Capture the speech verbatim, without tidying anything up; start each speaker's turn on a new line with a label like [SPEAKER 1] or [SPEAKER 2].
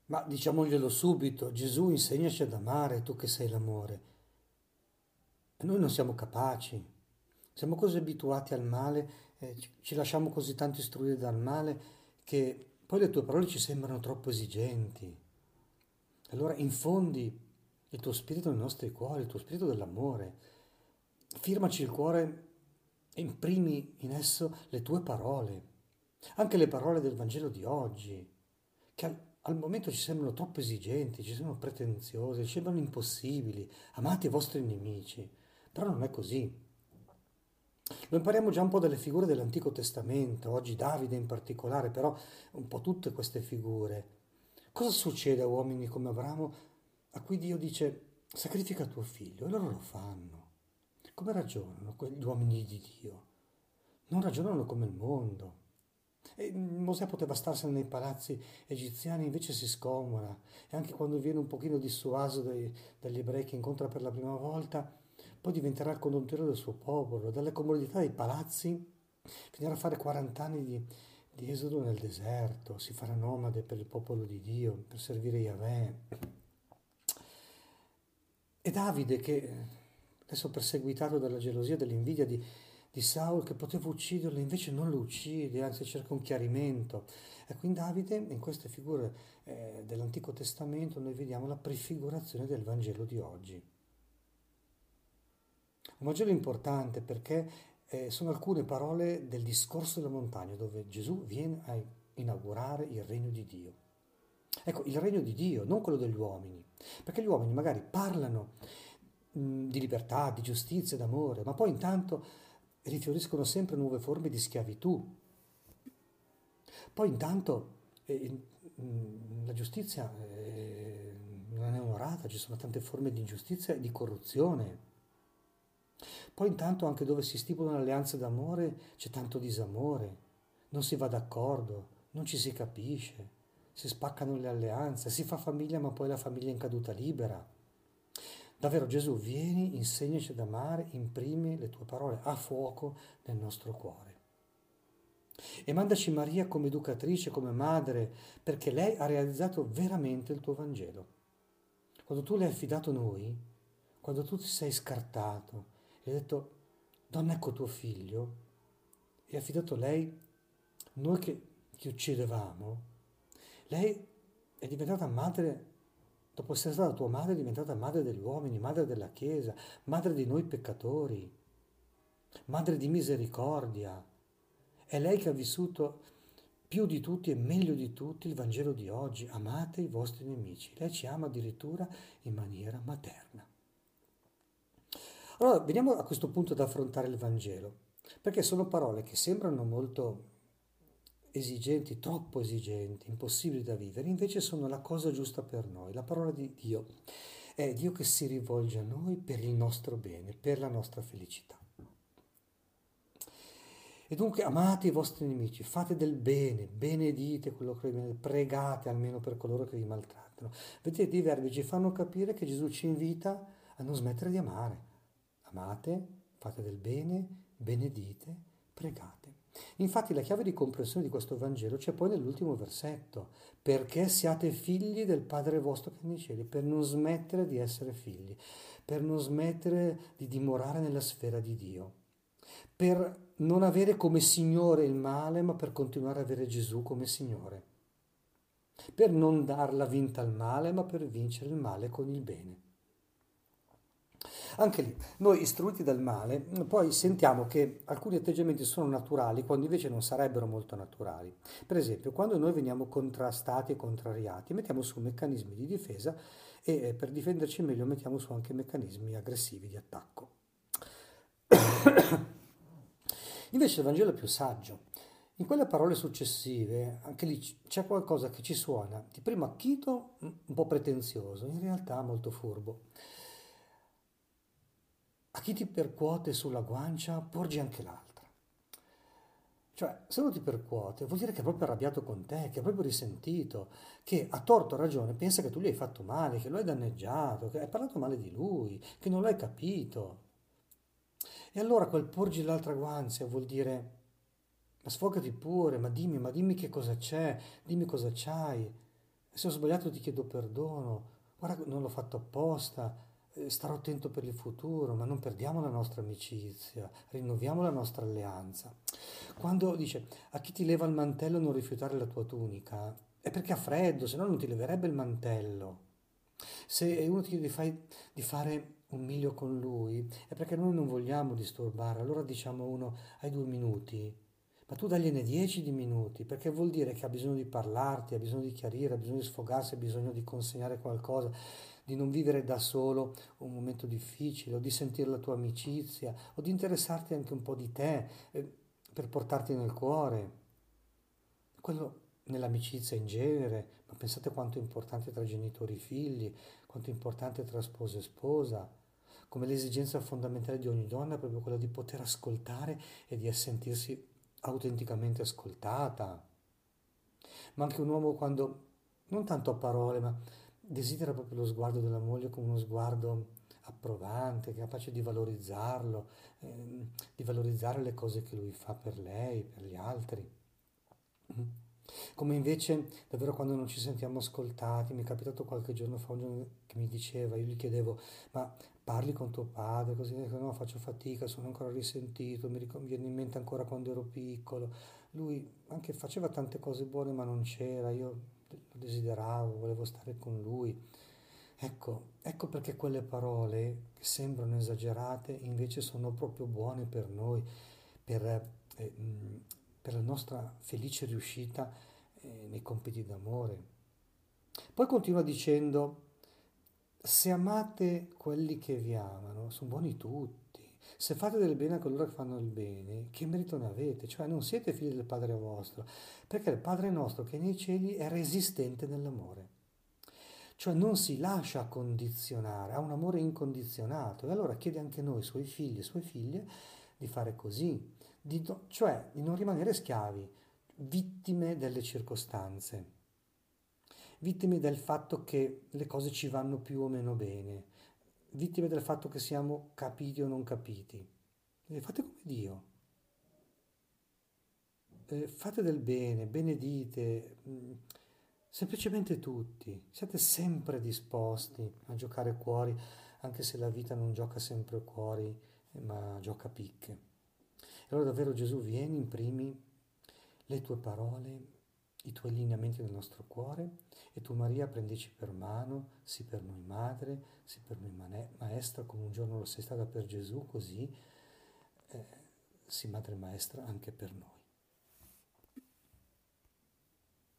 [SPEAKER 1] Ma diciamoglielo subito, Gesù insegnaci ad amare, tu che sei l'amore. E noi non siamo capaci, siamo così abituati al male, eh, ci, ci lasciamo così tanto istruire dal male che poi le tue parole ci sembrano troppo esigenti. Allora infondi il tuo spirito nei nostri cuori, il tuo spirito dell'amore. Firmaci il cuore e imprimi in esso le tue parole, anche le parole del Vangelo di oggi, che al, al momento ci sembrano troppo esigenti, ci sembrano pretenziose, ci sembrano impossibili. Amate i vostri nemici, però non è così. Lo impariamo già un po' dalle figure dell'Antico Testamento, oggi Davide in particolare, però un po' tutte queste figure. Cosa succede a uomini come Abramo a cui Dio dice sacrifica tuo figlio e loro lo fanno? Come ragionano quegli uomini di Dio? Non ragionano come il mondo. E Mosè poteva starsene nei palazzi egiziani, invece si scomoda. E anche quando viene un pochino dissuaso dai- dagli ebrei che incontra per la prima volta, poi diventerà il condottiero del suo popolo. Dalle comodità dei palazzi finirà a fare quaranta anni di, di esodo nel deserto, si farà nomade per il popolo di Dio, per servire Yahweh. E Davide, che adesso perseguitato dalla gelosia e dall'invidia di, di Saul, che poteva ucciderlo, invece non lo uccide, anzi cerca un chiarimento. Ecco, in Davide, in queste figure eh, dell'Antico Testamento, noi vediamo la prefigurazione del Vangelo di oggi. Un Vangelo importante perché eh, sono alcune parole del discorso della montagna, dove Gesù viene a inaugurare il regno di Dio. Ecco, il regno di Dio, non quello degli uomini, perché gli uomini magari parlano mh, di libertà, di giustizia, d'amore, ma poi intanto rifioriscono sempre nuove forme di schiavitù. Poi intanto eh, mh, la giustizia eh, non è onorata, ci sono tante forme di ingiustizia e di corruzione. Poi intanto anche dove si stipulano alleanze d'amore c'è tanto disamore, non si va d'accordo, non ci si capisce, si spaccano le alleanze, si fa famiglia ma poi la famiglia è in caduta libera. Davvero Gesù, vieni, insegnaci ad amare, imprimi le tue parole a fuoco nel nostro cuore. E mandaci Maria come educatrice, come madre, perché lei ha realizzato veramente il tuo Vangelo. Quando tu le hai affidato noi, quando tu ti sei scartato e hai detto, donna ecco tuo figlio, e hai affidato lei, noi che ti uccidevamo, lei è diventata madre, dopo essere stata tua madre, è diventata madre degli uomini, madre della Chiesa, madre di noi peccatori, madre di misericordia. È lei che ha vissuto più di tutti e meglio di tutti il Vangelo di oggi. Amate i vostri nemici. Lei ci ama addirittura in maniera materna. Allora, veniamo a questo punto ad affrontare il Vangelo, perché sono parole che sembrano molto esigenti, troppo esigenti, impossibili da vivere, invece sono la cosa giusta per noi. La parola di Dio è Dio che si rivolge a noi per il nostro bene, per la nostra felicità. E dunque amate i vostri nemici, fate del bene, benedite quello che vi viene, pregate almeno per coloro che vi maltrattano. Vedete, i verbi ci fanno capire che Gesù ci invita a non smettere di amare. Amate, fate del bene, benedite, pregate. Infatti la chiave di comprensione di questo Vangelo c'è poi nell'ultimo versetto, perché siate figli del Padre vostro che è nei cieli, per non smettere di essere figli, per non smettere di dimorare nella sfera di Dio, per non avere come Signore il male, ma per continuare ad avere Gesù come Signore, per non darla vinta al male, ma per vincere il male con il bene. Anche lì, noi istruiti dal male, poi sentiamo che alcuni atteggiamenti sono naturali quando invece non sarebbero molto naturali. Per esempio, quando noi veniamo contrastati e contrariati, mettiamo su meccanismi di difesa e per difenderci meglio mettiamo su anche meccanismi aggressivi di attacco. Invece il Vangelo è più saggio. In quelle parole successive, anche lì c'è qualcosa che ci suona di primo acchito, un po' pretenzioso, in realtà molto furbo. A chi ti percuote sulla guancia, porgi anche l'altra. Cioè, se uno ti percuote, vuol dire che è proprio arrabbiato con te, che è proprio risentito, che a torto o a ragione pensa che tu gli hai fatto male, che lo hai danneggiato, che hai parlato male di lui, che non l'hai capito. E allora quel porgi l'altra guancia vuol dire, ma sfogati pure, ma dimmi, ma dimmi che cosa c'è, dimmi cosa c'hai. Se ho sbagliato ti chiedo perdono, guarda, non l'ho fatto apposta, eh, starò attento per il futuro, ma non perdiamo la nostra amicizia, rinnoviamo la nostra alleanza. Quando dice a chi ti leva il mantello non rifiutare la tua tunica, è perché ha freddo, se no non ti leverebbe il mantello. Se uno ti chiede di, fai- di fare un miglio con lui, è perché noi non vogliamo disturbare. Allora diciamo a uno, hai due minuti, ma tu dagliene dieci di minuti, perché vuol dire che ha bisogno di parlarti, ha bisogno di chiarire, ha bisogno di sfogarsi, ha bisogno di consegnare qualcosa, di non vivere da solo un momento difficile, o di sentire la tua amicizia, o di interessarti anche un po' di te, eh, per portarti nel cuore. Quello nell'amicizia in genere, ma pensate quanto è importante tra genitori e figli, quanto è importante tra sposo e sposa, come l'esigenza fondamentale di ogni donna è proprio quella di poter ascoltare e di sentirsi autenticamente ascoltata. Ma anche un uomo quando, non tanto a parole, ma desidera proprio lo sguardo della moglie come uno sguardo approvante, capace di valorizzarlo, ehm, di valorizzare le cose che lui fa per lei, per gli altri. Come invece, davvero quando non ci sentiamo ascoltati, mi è capitato qualche giorno fa un giorno che mi diceva, io gli chiedevo, ma parli con tuo padre? Così, e dico, no, faccio fatica, sono ancora risentito, mi ricor- mi viene in mente ancora quando ero piccolo. Lui anche faceva tante cose buone, ma non c'era, io lo desideravo, volevo stare con lui. Ecco, ecco perché quelle parole che sembrano esagerate invece sono proprio buone per noi, per, eh, mh, per la nostra felice riuscita eh, nei compiti d'amore. Poi continua dicendo, se amate quelli che vi amano, sono buoni tutti. Se fate del bene a coloro che fanno il bene, che merito ne avete? Cioè non siete figli del Padre vostro, perché il Padre nostro che è nei cieli è resistente nell'amore. Cioè non si lascia condizionare, ha un amore incondizionato e allora chiede anche noi, suoi figli e sue figlie, di fare così, di no- cioè di non rimanere schiavi, vittime delle circostanze, vittime del fatto che le cose ci vanno più o meno bene, vittime del fatto che siamo capiti o non capiti. E fate come Dio, eh, fate del bene, benedite, mh, semplicemente tutti, siate sempre disposti a giocare cuori, anche se la vita non gioca sempre cuori, eh, ma gioca picche. E allora davvero Gesù vieni, imprimi le tue parole, i tuoi lineamenti nel nostro cuore e tu Maria prendici per mano, sii per noi madre, sii per noi mane- maestra, come un giorno lo sei stata per Gesù, così eh, sii madre maestra anche per noi.